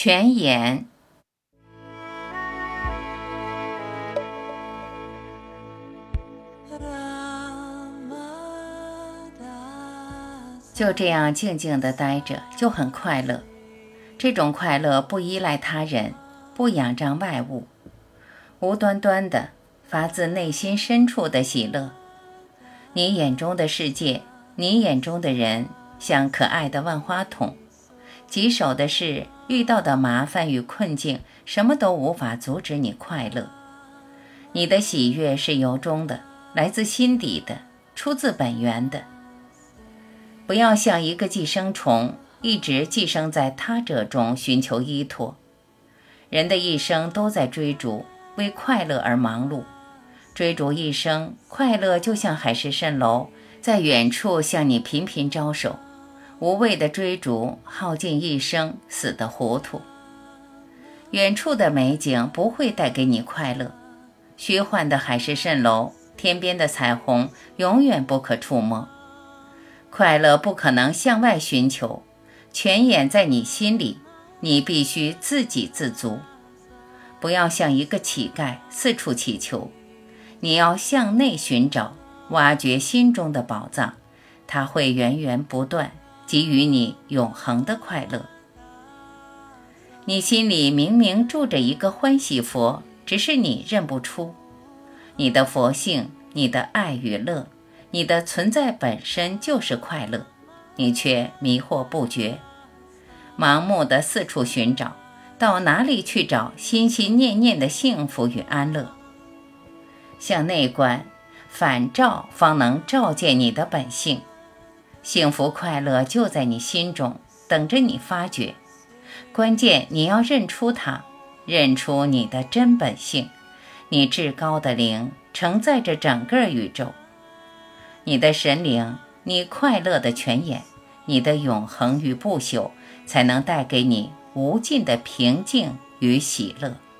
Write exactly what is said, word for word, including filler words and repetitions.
泉眼。就这样静静地待着，就很快乐。这种快乐不依赖他人，不仰仗外物，无端端的，发自内心深处的喜乐。你眼中的世界，你眼中的人，像可爱的万花筒，棘手的是遇到的麻烦与困境，什么都无法阻止你快乐。你的喜悦是由衷的，来自心底的，出自本源的。不要像一个寄生虫，一直寄生在他者中寻求依托。人的一生都在追逐，为快乐而忙碌。追逐一生，快乐就像海市蜃楼，在远处向你频频招手。无谓的追逐，耗尽一生，死得糊涂。远处的美景不会带给你快乐，虚幻的海市蜃楼，天边的彩虹，永远不可触摸。快乐不可能向外寻求，泉眼在你心里，你必须自给自足。不要像一个乞丐四处乞求，你要向内寻找，挖掘心中的宝藏，它会源源不断，给予你永恒的快乐。你心里明明住着一个欢喜佛，只是你认不出。你的佛性，你的爱与乐，你的存在本身就是快乐，你却迷惑不觉，盲目的四处寻找，到哪里去找心心念念的幸福与安乐？向内观，反照方能照见你的本性。幸福快乐就在你心中，等着你发掘。关键你要认出它，认出你的真本性，你至高的灵承载着整个宇宙。你的神灵，你快乐的泉眼，你的永恒与不朽，才能带给你无尽的平静与喜乐。